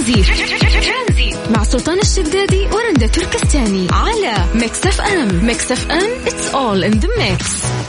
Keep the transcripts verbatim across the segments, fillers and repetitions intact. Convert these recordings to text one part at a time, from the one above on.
ترانزيت مع سلطان الشدادي ورندا تركستاني على ميكس اف ام. ميكس اف ام it's all in the mix.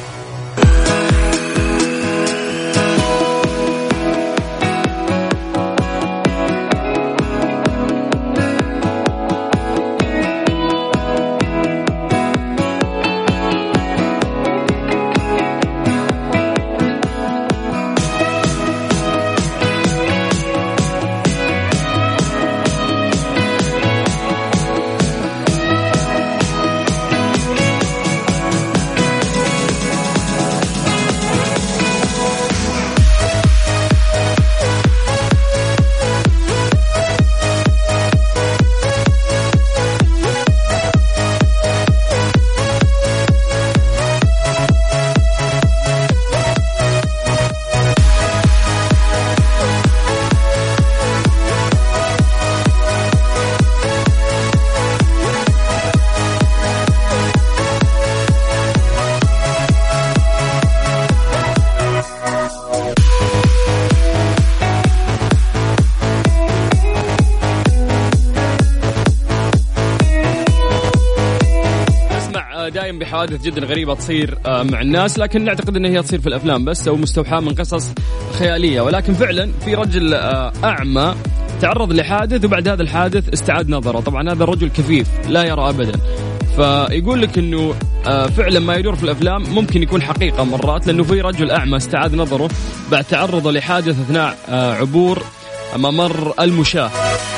دائما بحوادث جدا غريبة تصير مع الناس، لكن نعتقد أنها هي تصير في الأفلام بس أو مستوحاة من قصص خيالية. ولكن فعلا في رجل أعمى تعرض لحادث وبعد هذا الحادث استعاد نظره. طبعا هذا الرجل كفيف لا يرى أبدا، فيقول لك أنه فعلا ما يدور في الأفلام ممكن يكون حقيقة مرات، لأنه في رجل أعمى استعاد نظره بعد تعرضه لحادث أثناء عبور ممر المشاة.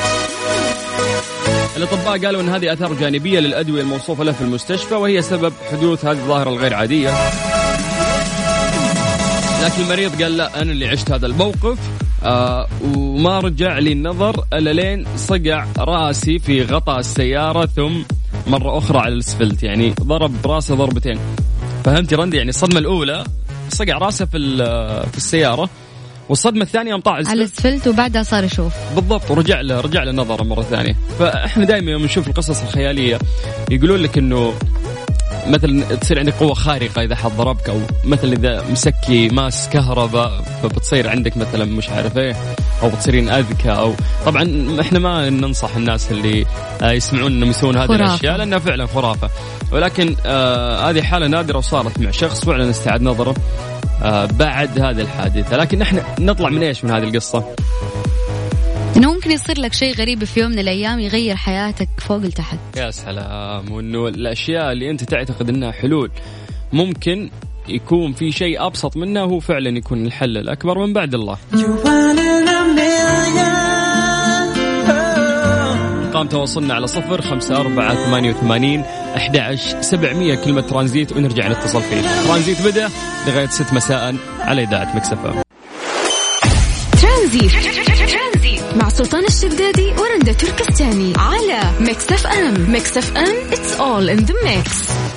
الأطباء قالوا أن هذه آثار جانبية للأدوية الموصوفة له في المستشفى، وهي سبب حدوث هذه الظاهرة الغير عادية. لكن المريض قال لا، أنا اللي عشت هذا الموقف آه وما رجع لي النظر إلا لين صقع راسي في غطاء السيارة ثم مرة أخرى على الأسفلت، يعني ضرب راسه ضربتين. فهمتي رندي؟ يعني الصدمة الأولى صقع راسه في في السيارة، والصدمة الثانية مطاع على الأسفلت وبعدها صار يشوف بالضبط ورجع له رجع له نظره مرة ثانية. فإحنا دائما يوم نشوف القصص الخيالية يقولون لك إنه مثلا تصير عندك قوة خارقة إذا حد ضربك، أو مثلا إذا مسكي ماس كهرباء فبتصير عندك مثلا مش عارف إيه، أو بتصيرين أذكى. أو طبعا إحنا ما ننصح الناس اللي يسمعون إنهم يسوون هذه الأشياء لأنها فعلا خرافة، ولكن آه هذه حالة نادرة وصارت مع شخص فعلا استعاد نظره آه بعد هذا الحادثة. لكن احنا نطلع من ايش من هذه القصة؟ انه ممكن يصير لك شيء غريب في يوم من الايام يغير حياتك فوق لتحت. يا سلام. وانه الاشياء اللي انت تعتقد انها حلول ممكن يكون في شيء ابسط منها، هو فعلا يكون الحل الاكبر من بعد الله. قام تواصلنا على صفر خمسة أربعة ثمانية وثمانين أحد عشر سبعمية كلمة ترانزيت ونرجع نتصل فيه. ترانزيت بدأ لغاية ست مساء على إذاعة ميكس اف ام. ترانزيت مع سلطان الشدادي ورندا تركستاني على ميكس اف ام. ميكس اف ام it's all in the mix.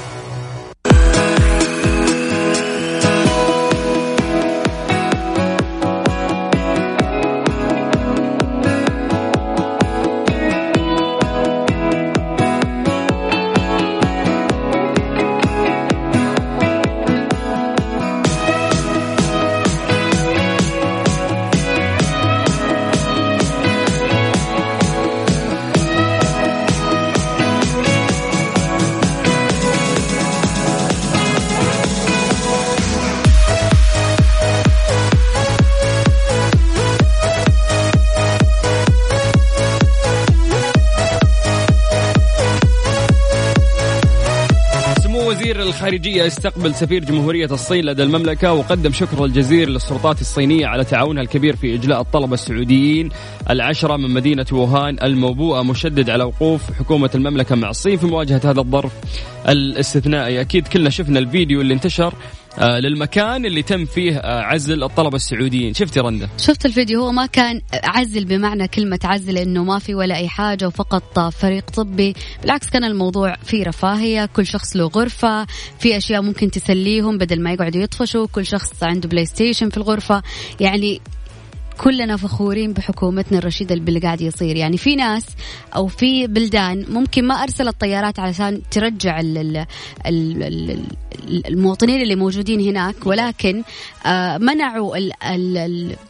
الخارجية استقبل سفير جمهورية الصين لدى المملكة، وقدم شكر الجزير للسلطات الصينية على تعاونها الكبير في إجلاء الطلبة السعوديين العشرة من مدينة ووهان الموبوءة، مشدد على وقوف حكومة المملكة مع الصين في مواجهة هذا الظرف الاستثنائي. أكيد كلنا شفنا الفيديو اللي انتشر آه للمكان اللي تم فيه آه عزل الطلبة السعوديين. شفتي رندا؟ شفت الفيديو. هو ما كان عزل بمعنى كلمة عزل إنه ما في ولا أي حاجة وفقط فريق طبي، بالعكس كان الموضوع فيه رفاهية، كل شخص له غرفة، في أشياء ممكن تسليهم بدل ما يقعدوا يطفشوا، كل شخص عنده بلاي ستيشن في الغرفة. يعني كلنا فخورين بحكومتنا الرشيدة اللي قاعد يصير. يعني في ناس أو في بلدان ممكن ما أرسلت طيارات علشان ترجع ال ال ال المواطنين اللي موجودين هناك، ولكن منعوا ال ال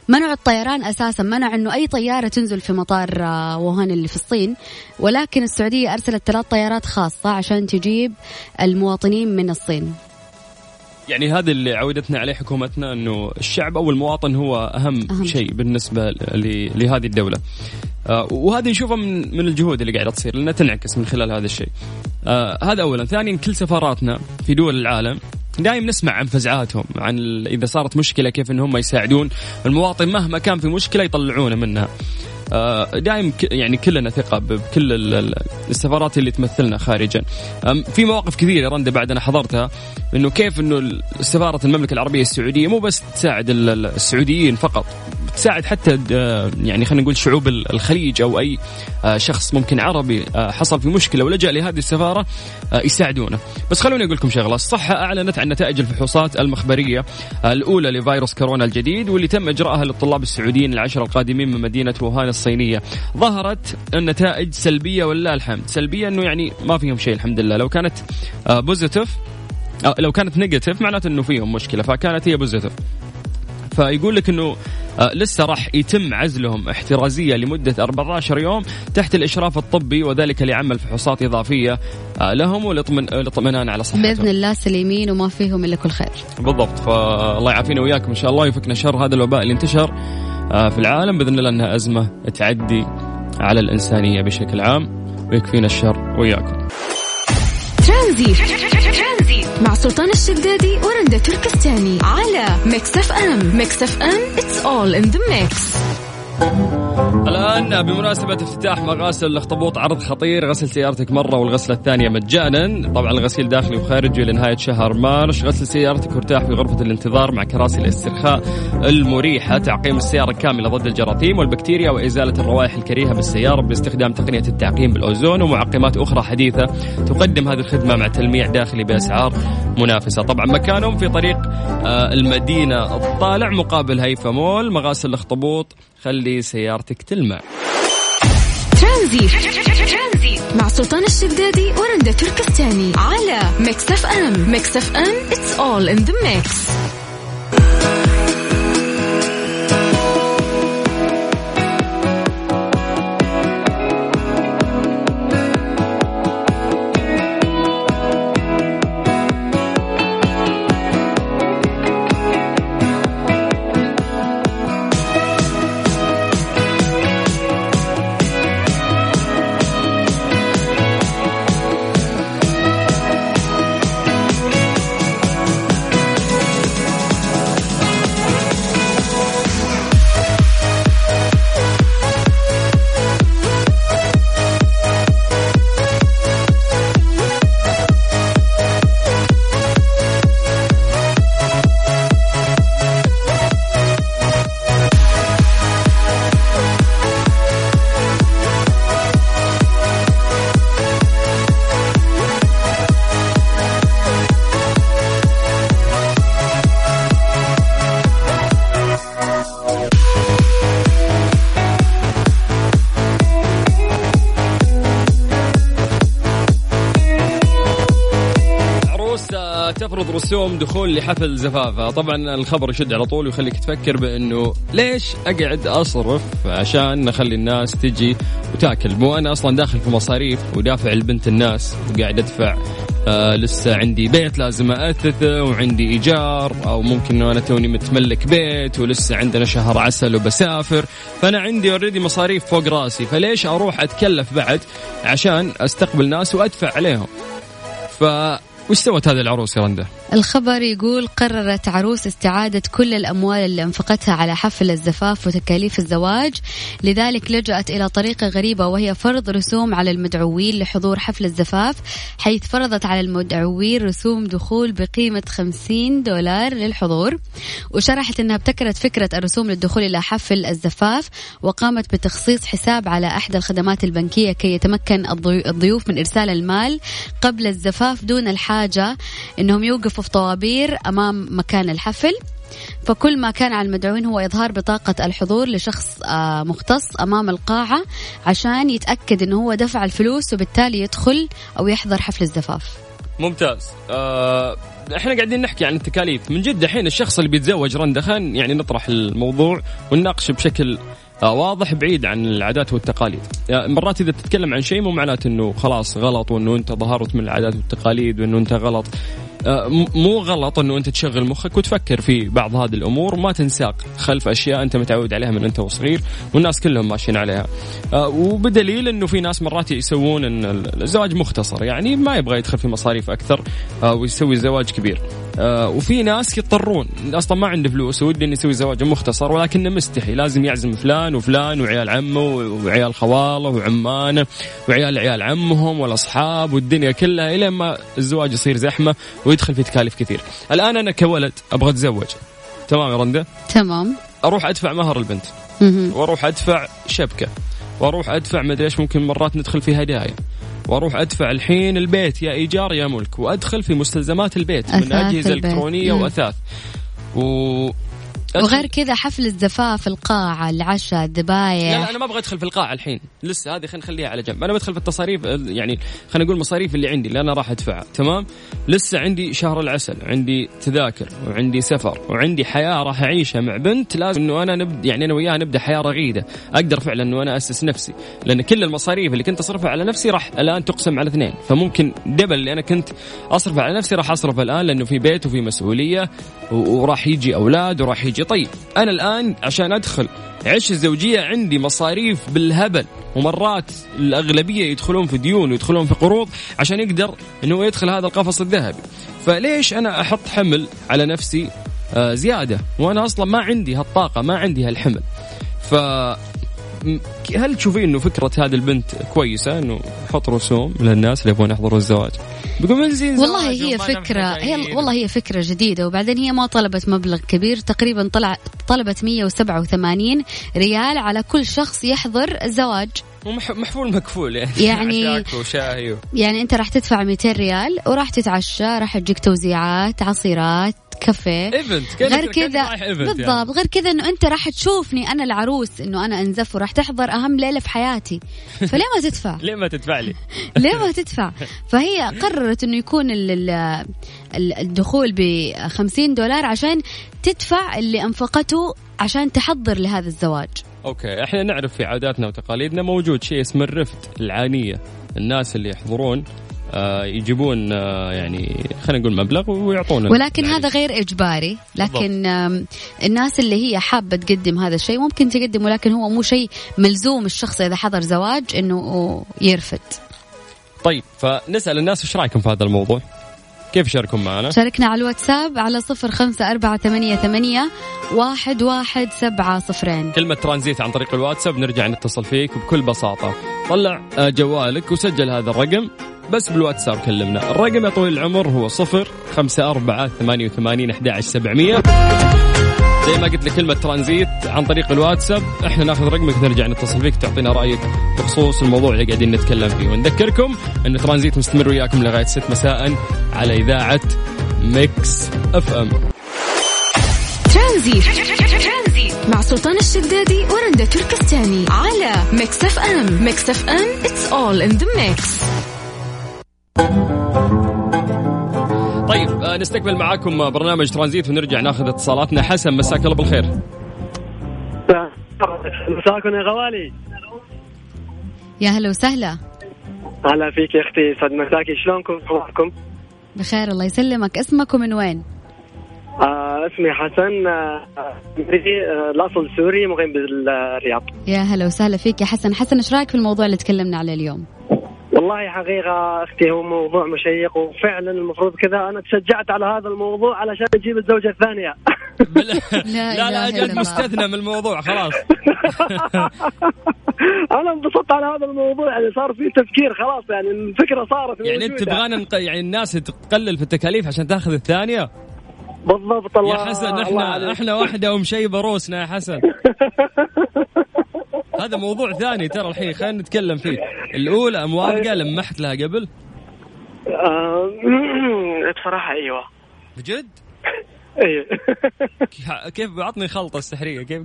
منعوا الطيران أساسا، منع أنه أي طيارة تنزل في مطار ووهان اللي في الصين، ولكن السعودية أرسلت ثلاث طيارات خاصة عشان تجيب المواطنين من الصين. يعني هذا اللي عودتنا عليه حكومتنا، أنه الشعب أو المواطن هو أهم, أهم. شيء بالنسبة لهذه الدولة. آه وهذه نشوفها من من الجهود اللي قاعدة تصير لأنها تنعكس من خلال هذا الشيء. آه هذا أولا. ثانيا، كل سفاراتنا في دول العالم دائما نسمع عن فزعاتهم، عن إذا صارت مشكلة كيف إن هم يساعدون المواطن مهما كان في مشكلة يطلعونه منها. دائما يعني كلنا ثقة بكل السفارات اللي تمثلنا خارجا. في مواقف كثيرة رندة بعد أنا حضرتها، إنه كيف إنه سفارة المملكة العربية السعودية مو بس تساعد السعوديين فقط، تساعد حتى يعني خلينا نقول شعوب الخليج أو أي شخص ممكن عربي حصل في مشكلة ولجأ لهذه السفارة يساعدونه. بس خلوني أقول لكم شغلة، الصحة أعلنت عن نتائج الفحوصات المخبرية الأولى لفيروس كورونا الجديد واللي تم إجراءها للطلاب السعوديين العشرة القادمين من مدينة ووهان الصينية. ظهرت النتائج سلبية ولا الحمد سلبية، إنه يعني ما فيهم شيء الحمد لله. لو كانت بوزيتيف لو كانت نيجاتيف معناته إنه فيهم مشكلة، فكانت هي بوزيتيف. فيقول لك إنه لسه راح يتم عزلهم احترازية لمدة أربعة عشر يوم تحت الإشراف الطبي، وذلك لعمل فحوصات إضافية لهم وللاطمئنان على صحتهم بإذن الله سليمين وما فيهم إلا كل خير. بالضبط. فالله يعافينا وياكم إن شاء الله، يفكنا شر هذا الوباء اللي انتشر في العالم بإذن الله، أنها أزمة تعدي على الإنسانية بشكل عام، ويكفينا الشر وياكم. ترانزي مع سلطان الشدادي ورندا تركستاني على ميكس اف ام. ميكس اف ام it's all in the mix. الآن بمناسبة افتتاح مغاسل الأخطبوط عرض خطير، غسل سيارتك مرة والغسلة الثانية مجانا، طبعا الغسيل داخلي وخارجي لنهاية شهر مارس. غسل سيارتك وارتاح في غرفة الانتظار مع كراسي الاسترخاء المريحة، تعقيم السيارة كاملة ضد الجراثيم والبكتيريا وإزالة الروائح الكريهة بالسيارة باستخدام تقنية التعقيم بالأوزون ومعقمات أخرى حديثة. تقدم هذه الخدمة مع تلميع داخلي بأسعار منافسة. طبعا مكانهم في طريق المدينة الطالع مقابل هيفا مول. مغاسل الأخطبوط، خلي سيارتك تلمع. ترانزي مع سلطان الشدادي ورندا تركستاني على ميكس اف ام. ميكس اف ام it's all in the mix. تفرض رسوم دخول لحفل زفافها. طبعا الخبر يشد على طول ويخليك تفكر بأنه ليش أقعد أصرف عشان نخلي الناس تجي وتاكل، مو أنا أصلا داخل في مصاريف ودافع البنت الناس وقاعد أدفع. آه لسه عندي بيت لازم أثثه وعندي إيجار، أو ممكن أنه أنا توني متملك بيت ولسه عندنا شهر عسل وبسافر، فأنا عندي أوريدي مصاريف فوق راسي، فليش أروح أتكلف بعد عشان أستقبل ناس وأدفع عليهم؟ ف وش سوت هذه العروس يا رندا؟ الخبر يقول قررت عروس استعادة كل الأموال اللي انفقتها على حفل الزفاف وتكاليف الزواج، لذلك لجأت إلى طريقة غريبة وهي فرض رسوم على المدعوين لحضور حفل الزفاف، حيث فرضت على المدعوين رسوم دخول بقيمة خمسين دولار للحضور. وشرحت أنها ابتكرت فكرة الرسوم للدخول إلى حفل الزفاف، وقامت بتخصيص حساب على أحد الخدمات البنكية كي يتمكن الضيوف من إرسال المال قبل الزفاف دون الحاجة أنهم يوقفوا في طوابير أمام مكان الحفل. فكل ما كان على المدعوين هو إظهار بطاقة الحضور لشخص مختص أمام القاعة عشان يتأكد أنه هو دفع الفلوس وبالتالي يدخل أو يحضر حفل الزفاف. ممتاز. آه احنا قاعدين نحكي عن التكاليف من جد. الحين الشخص اللي بيتزوج رندا خان يعني نطرح الموضوع ونناقش بشكل واضح بعيد عن العادات والتقاليد. يعني مرات إذا تتكلم عن شيء مو معناته إنه خلاص غلط وإنه أنت ظهرت من العادات والتقاليد وإنه أنت غلط. مو غلط إنه أنت تشغل مخك وتفكر في بعض هذه الأمور وما تنساق خلف أشياء أنت متعود عليها من أنت وصغير والناس كلهم ماشيين عليها. وبدليل إنه في ناس مرات يسوون إن الزواج مختصر يعني ما يبغى يدخل في مصاريف أكثر ويسوي زواج كبير. وفي ناس يضطرون أصلا ما عنده فلوس ودي إنه يسوي زواج مختصر ولكنه مستحي لازم يعزم فلان وفلان وعيال عمه وعيال خواله وعمانه وعيال عيال عمهم والأصحاب والدنيا كلها إلى ما الزواج يصير زحمة ويدخل في تكاليف كثير. الآن أنا كولد أبغى أتزوج تمام يا رندا؟ تمام. أروح أدفع مهر البنت وأروح أدفع شبكة وأروح أدفع مدري إيش ممكن مرات ندخل في هدايا واروح ادفع الحين البيت يا ايجار يا ملك وادخل في مستلزمات البيت من اجهزه الكترونيه مم. واثاث و... وغير كذا حفل الزفاف القاعة العشاء الذبايح. لا, لا أنا ما أبغى أدخل في القاعة الحين لسه هذه خلينا نخليها على جنب. أنا بدخل في التصاريف يعني خلينا نقول مصاريف اللي عندي اللي أنا راح أدفعها تمام. لسه عندي شهر العسل عندي تذاكر وعندي سفر وعندي حياة راح أعيشها مع بنت لازم إنه أنا نبدأ يعني أنا وياها نبدأ حياة رغيدة أقدر فعلا إنه أنا أسس نفسي لأن كل المصاريف اللي كنت أصرفها على نفسي راح الآن تقسم على اثنين فممكن دبل اللي أنا كنت أصرف على نفسي راح أصرف الآن لأنه في بيت وفي مسؤولية وراح يجي أولاد وراح يجي. طيب أنا الآن عشان أدخل عيش الزوجية عندي مصاريف بالهبل ومرات الأغلبية يدخلون في ديون ويدخلون في قروض عشان يقدر إنه يدخل هذا القفص الذهبي. فليش أنا أحط حمل على نفسي آه زيادة وأنا أصلا ما عندي هالطاقة ما عندي هالحمل. ف هل تشوفين إنه فكرة هذه البنت كويسة إنه حط رسوم للناس اللي يبغون يحضروا الزواج؟ والله هي فكرة هي والله هي فكرة جديدة وبعدين هي ما طلبت مبلغ كبير تقريبا طلع طلبت مية وسبعة وثمانين ريال على كل شخص يحضر الزواج محفول مكفول يعني يعني, وشاهي يعني أنت راح تدفع مئتين ريال وراح تتعشى راح تجيك توزيعات عصيرات كافيه غير كذا بالضبط يعني. غير كذا انه انت راح تشوفني انا العروس انه انا انزف وراح تحضر اهم ليله في حياتي فليه ما تدفع ليه ما تدفع لي ليه ما تدفع. فهي قررت انه يكون الدخول بخمسين دولار عشان تدفع اللي انفقته عشان تحضر لهذا الزواج. اوكي احنا نعرف في عاداتنا وتقاليدنا موجود شيء اسمه الرفد العانيه. الناس اللي يحضرون آه يجيبون آه يعني خلينا نقول مبلغ ويعطونه ولكن يعني. هذا غير إجباري لكن الناس اللي هي حابة تقدم هذا الشيء ممكن تقدم ولكن هو مو شيء ملزوم الشخص إذا حضر زواج إنه يرفد. طيب فنسأل الناس وش رأيكم في هذا الموضوع كيف شاركوا معنا؟ شاركنا على الواتساب على صفر خمسة أربعة ثمانية ثمانية واحد واحد سبعة صفرين. كلمة ترانزيت عن طريق الواتساب نرجع نتصل فيك بكل بساطة. طلع جوالك وسجل هذا الرقم بس بالواتساب كلمنا. الرقم يا طويل العمر هو صفر خمسة أربعة ثمانية وثمانين أحد عشر سبعمية. زي ما قلت لك كلمة ترانزيت عن طريق الواتساب احنا ناخذ رقمك نرجع نتصل فيك تعطينا رأيك بخصوص الموضوع اللي قاعدين نتكلم فيه. ونذكركم أن ترانزيت مستمر وياكم لغاية ست مساء على إذاعة ميكس اف ام. ترانزيت مع سلطان الشدادي ورندا تركستاني على ميكس اف ام. ميكس اف ام it's all in the mix. طيب نستقبل معاكم برنامج ترانزيت ونرجع ناخذ اتصالاتنا. حسن مساك الله بالخير. مساكم يا غوالي. يا هلا وسهلا. هلا فيك يا اختي سعد مساكي شلونكم اخباركم؟ بخير الله يسلمك. اسمك ومن وين؟ آه اسمي حسن آه الاصل سوري مقيم بالرياض. يا هلا وسهلا فيك يا حسن. حسن ايش رايك في الموضوع اللي تكلمنا عليه اليوم؟ والله حقيقة أختي هو موضوع مشيق وفعلا المفروض كذا. أنا تشجعت على هذا الموضوع علشان أجيب الزوجة الثانية. لا لا, لا أجل مستثنى من الموضوع خلاص. أنا انبسطت على هذا الموضوع يعني صار في تفكير خلاص يعني الفكرة صارت يعني أنت تبغانا نق... يعني الناس تقلل في التكاليف عشان تأخذ الثانية. بالضبط. الله يا حسن إحنا إحنا واحدة ومشيبة روسنا يا حسن. هذا موضوع ثاني ترى الحين خلينا نتكلم فيه. الأولى موافقة لمحت لها قبل؟ أه بصراحة أيوة. بجد؟ ايه كيف بعطني خلطة السحرية كيف؟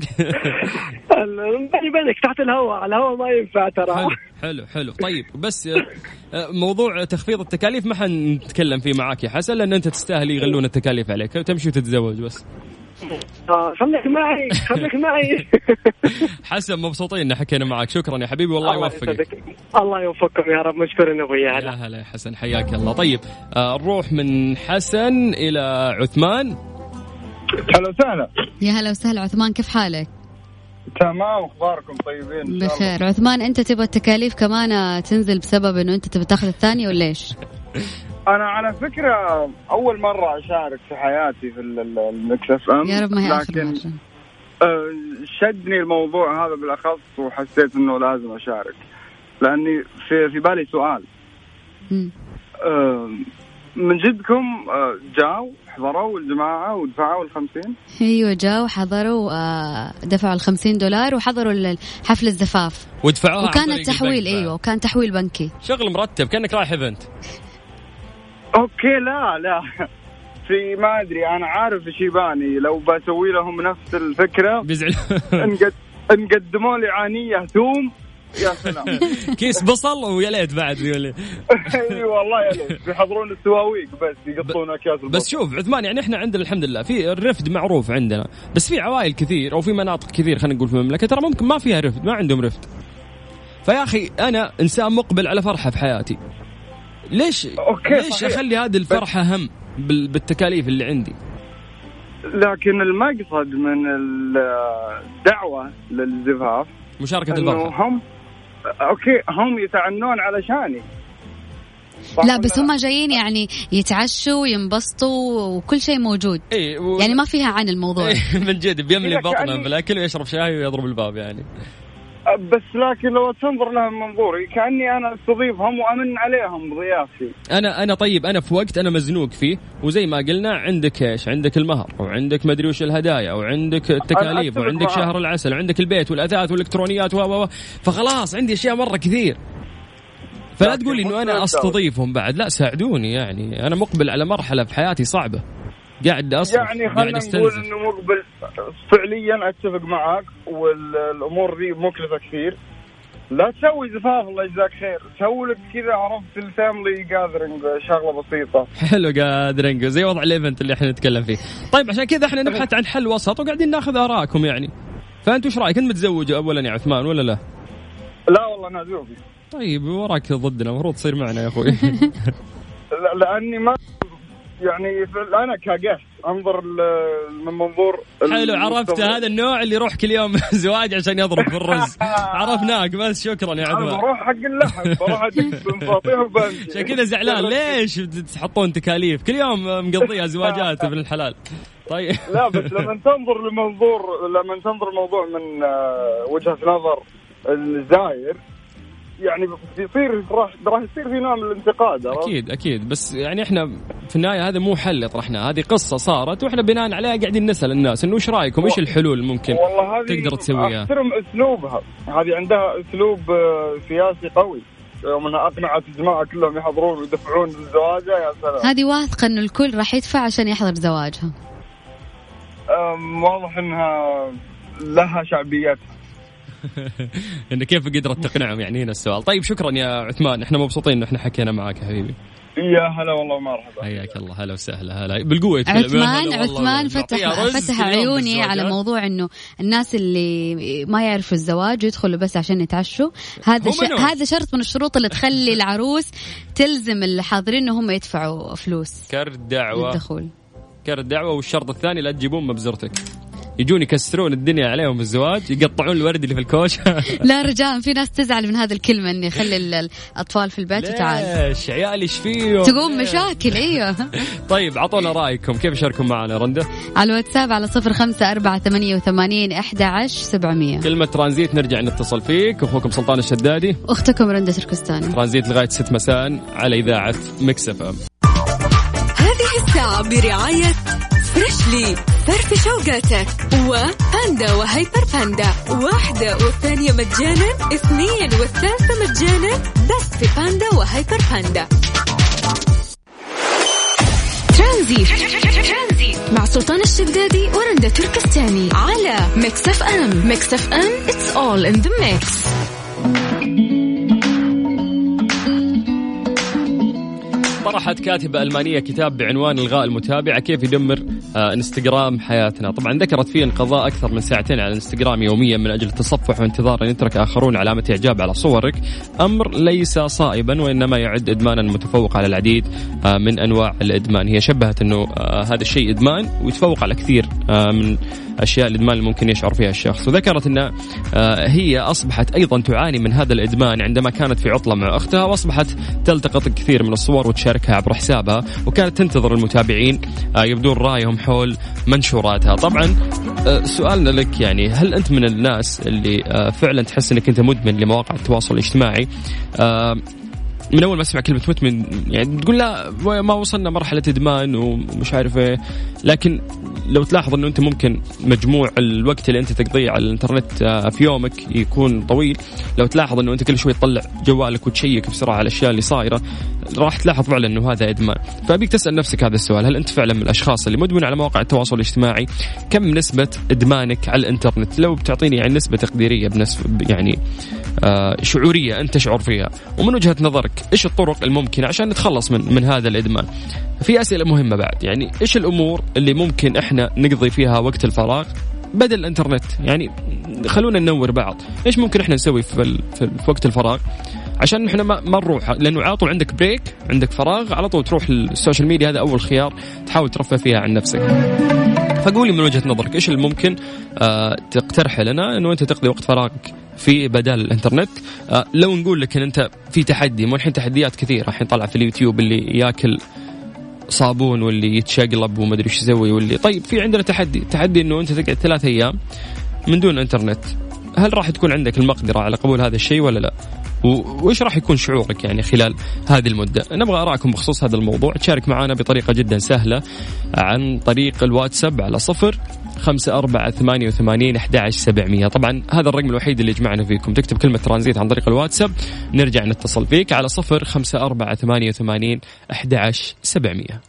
بيني بينك تحت الهواء، الهواء ما ينفع ترى. حلو حلو حلو. طيب بس موضوع تخفيض التكاليف ما حنتكلم فيه معاك يا حسن، لأن أنت تستاهل يغلون التكاليف عليك وتمشي وتتزوج بس. آه خليك معي خليك معي. حسن مبسوطين إن حكينا معك، شكرا يا حبيبي والله يوفقك. الله يوفقكم يا رب، مشكورين أبوي. يا هلا يا حسن حياك الله. طيب آه نروح من حسن إلى عثمان. هلا وسهلا. يا هلا وسهلا عثمان، كيف حالك؟ تمام، اخباركم طيبين؟ بخير. عثمان انت تبغى التكاليف كمان تنزل بسبب انه انت تبغى تاخذ الثاني ولا ايش؟ انا على فكره اول مره اشارك في حياتي في الميكس اف ام، يا رب ما هي اخر مره. شدني الموضوع هذا بالاخص وحسيت انه لازم اشارك، لاني في في بالي سؤال. م. من جدكم جاوا حضروا الجماعة ودفعوا الخمسين؟ ايوه جاوا حضروا دفعوا الخمسين دولار وحضروا حفل الزفاف ودفعوها، وكان التحويل ايوه وكان تحويل بنكي، شغل مرتب كأنك رايح ايفنت. اوكي لا لا في ما ادري، انا عارف ايش يباني لو بسوي لهم نفس الفكرة بيزعل. انقد انقدموا لي عانية ثوم يا سلام. كيس بصل ويا ليت بعد يقول لي. اي والله يا ليت بيحضرون السواويق بس يقطون اكياس البصل. بس شوف عثمان، يعني احنا عندنا الحمد لله في الرفد معروف عندنا، بس في عوائل كثير او في مناطق كثير خلينا نقول في المملكه ترى ممكن ما فيها رفد، ما عندهم رفد. فيا اخي انا انسان مقبل على فرحه في حياتي، ليش أوكي ليش صحيح. اخلي هذه الفرحه هم بالتكاليف اللي عندي؟ لكن المقصد من الدعوه للزفاف مشاركه الفرحه. هم اوكي هم يتعنون علشاني. لا بس هم جايين يعني يتعشوا وينبسطوا وكل شيء موجود. إيه و... يعني ما فيها عن الموضوع. إيه من جد بيملي بطنه كأني... بالاكل ويشرب شاي ويضرب الباب يعني. بس لكن لو تنظر لها من منظوري كأني أنا استضيفهم وأمن عليهم بضيافتي. أنا أنا طيب أنا في وقت أنا مزنوق فيه، وزي ما قلنا عندك إيش، عندك المهر وعندك مدري وش الهدايا وعندك التكاليف وعندك شهر العسل وعندك البيت والأثاث والإلكترونيات و و فخلاص عندي أشياء مرة كثير. فلا تقولي إنه أنا أستضيفهم بعد، لا ساعدوني، يعني أنا مقبل على مرحلة في حياتي صعبة قاعد أصرف يعني خلينا نقول إنه مقبل فعليا أتفق معك، والأمور ذي مكلفة كثير. لا تسوي زفاف الله يجزاك خير، سوي لك كذا عرفت الفاميلي جاذرينج، شغلة بسيطة. حلو جاذرينج زي وضع الإيفنت اللي احنا نتكلم فيه. طيب عشان كذا احنا نبحث عن حل وسط وقاعدين ناخذ آراءكم يعني. فأنت وش رأيك؟ أنت متزوج أولا يا عثمان ولا لا؟ لا والله أنا زوجي. طيب وراك ضدنا، المفروض تصير معنا يا أخوي. لأني ما يعني أنا كجهت أنظر من منظور. حلو عرفت هذا النوع اللي يروح كل يوم زواج عشان يضرب في الرز. عرفناك بس شكرا يا عثمان. بروح حق اللحم بروح أجيب بنفاطيه وبنجي. عشان كذا زعلان ليش تحطون تكاليف كل يوم مقضيها زواجات ابن الحلال. طيب لا بس لما تنظر لمنظور لما تنظر الموضوع من وجهة نظر الزاير يعني بيصير راح راح يصير في نوع من الانتقاد. اكيد اكيد بس يعني احنا في النهايه هذا مو حل طرحناه، هذه قصه صارت واحنا بناء عليها قاعدين نسال الناس انه ايش رايكم، ايش الحلول ممكن تقدر تسويها. احترم اسلوبها، هذه عندها اسلوب سياسي قوي، يوم انها اقنعت الجماعه كلهم يحضرون ويدفعون للزواجه يا سلام. هذه واثقه انه الكل راح يدفع عشان يحضر زواجها. واضح انها لها شعبيتها. إن كيف قدرت تقنعهم يعني هنا السؤال. طيب شكرا يا عثمان، احنا مبسوطين إن احنا حكينا معاك يا حبيبي. يا هلا والله مرحبا. حياك الله. هلا وسهلا. هلا بالقوة. عثمان عثمان فتح فتح عيوني على موضوع إنه الناس اللي ما يعرفوا الزواج يدخلوا بس عشان يتعشوا. هذا ش... هذا شرط من الشروط اللي تخلي العروس تلزم الحاضرين إنه هم يدفعوا فلوس كرت دعوة للدخول. كرت دعوة. والشرط الثاني لا تجيبون مبزرتك، يجون يكسرون الدنيا عليهم بالزواج، يقطعون الورد اللي في الكوش. لا رجاء في ناس تزعل من هذه الكلمة إني خلي الأطفال في البيت وتعال. ليش عيالي إيش فيهم؟ تقوم مشاكل. أيوه. طيب عطونا رأيكم كيف يشاركون معنا رندا على الواتساب على صفر خمسة أربعة ثمانية وثمانين أحد عشر سبعمية. كلمة ترانزيت نرجع نتصل فيك. أخوكم سلطان الشدادي، أختكم رندا تركستاني. ترانزيت لغاية ست مساء على إذاعة ميكس اف ام. هذه الساعة برعاية فريشلي فرف شوقاتك وباندا وهيبر باندا. واحدة والثانية مجانا، اثنين والثالثة مجانا، بس في باندا وهيبر باندا. ترانزيت مع سلطان الشدادي ورندا تركستاني على ميكس اف ام. ميكس اف ام it's all in the mix. طرحت كاتبة ألمانية كتاب بعنوان إلغاء المتابعة كيف يدمر آه انستغرام حياتنا. طبعا ذكرت فيه انقضاء أكثر من ساعتين على الانستغرام يوميا من أجل التصفح وانتظار أن يترك آخرون علامة إعجاب على صورك، أمر ليس صائبا وإنما يعد إدمانا متفوق على العديد آه من أنواع الإدمان. هي شبهت أنه آه هذا الشيء إدمان ويتفوق على كثير آه من أشياء الإدمان اللي ممكن يشعر فيها الشخص. وذكرت أن آه هي أصبحت أيضا تعاني من هذا الإدمان عندما كانت في عطلة مع أختها، وأصبحت تلتقط كثير من الصور وتشاركها عبر حسابها، وكانت تنتظر المتابعين آه يبدون رأيهم حول منشوراتها. طبعا آه سؤالنا لك، يعني هل أنت من الناس اللي آه فعلا تحس أنك أنت مدمن لمواقع التواصل الاجتماعي؟ آه من أول ما أسمع كلمة مدمن يعني تقول لا ما وصلنا مرحلة إدمان ومش عارف إيه، لكن لو تلاحظ أنه أنت ممكن مجموع الوقت اللي أنت تقضيه على الإنترنت في يومك يكون طويل، لو تلاحظ أنه أنت كل شوي تطلع جوالك وتشيك بسرعة على الأشياء اللي صايرة، راح تلاحظ فعلا أنه هذا إدمان. فأبيك تسأل نفسك هذا السؤال، هل أنت فعلا من الأشخاص اللي مدمن على مواقع التواصل الاجتماعي؟ كم نسبة إدمانك على الإنترنت؟ لو بتعطيني يعني نسبة تقديرية بنسبة يعني آه شعورية أنت تشعر فيها، ومن وجهة نظرك إيش الطرق الممكنة عشان نتخلص من من هذا الإدمان؟ في أسئلة مهمة بعد، يعني إيش الأمور اللي ممكن إحنا نقضي فيها وقت الفراغ بدل الإنترنت؟ يعني خلونا ننور بعض، إيش ممكن إحنا نسوي في, ال... في, في وقت الفراغ عشان إحنا ما, ما نروح، لأنه على طول عندك بريك، عندك فراغ، على طول تروح للسوشيال ميديا. هذا أول خيار تحاول ترفه فيها عن نفسك. فقولي من وجهة نظرك إيش اللي ممكن آه تقترح لنا إنه أنت تقضي وقت فراغك في بدل الانترنت. آه لو نقول لك ان انت في تحدي، مو الحين تحديات كثيره الحين طلع في اليوتيوب اللي ياكل صابون واللي يتشقلب وما ادري ايش يسوي واللي، طيب في عندنا تحدي تحدي انه انت تقعد ثلاث ايام من دون انترنت. هل راح تكون عندك المقدره على قبول هذا الشيء ولا لا؟ وإيش راح يكون شعورك يعني خلال هذه المدة؟ نبغى آراءكم بخصوص هذا الموضوع. تشارك معنا بطريقة جدا سهلة عن طريق الواتساب على صفر خمسة أربعة ثمانية وثمانين أحد عشر سبعمية. طبعا هذا الرقم الوحيد اللي يجمعنا فيكم. تكتب كلمة ترانزيت عن طريق الواتساب، نرجع نتصل فيك على صفر خمسة أربعة ثمانية وثمانين أحد عشر سبعمية.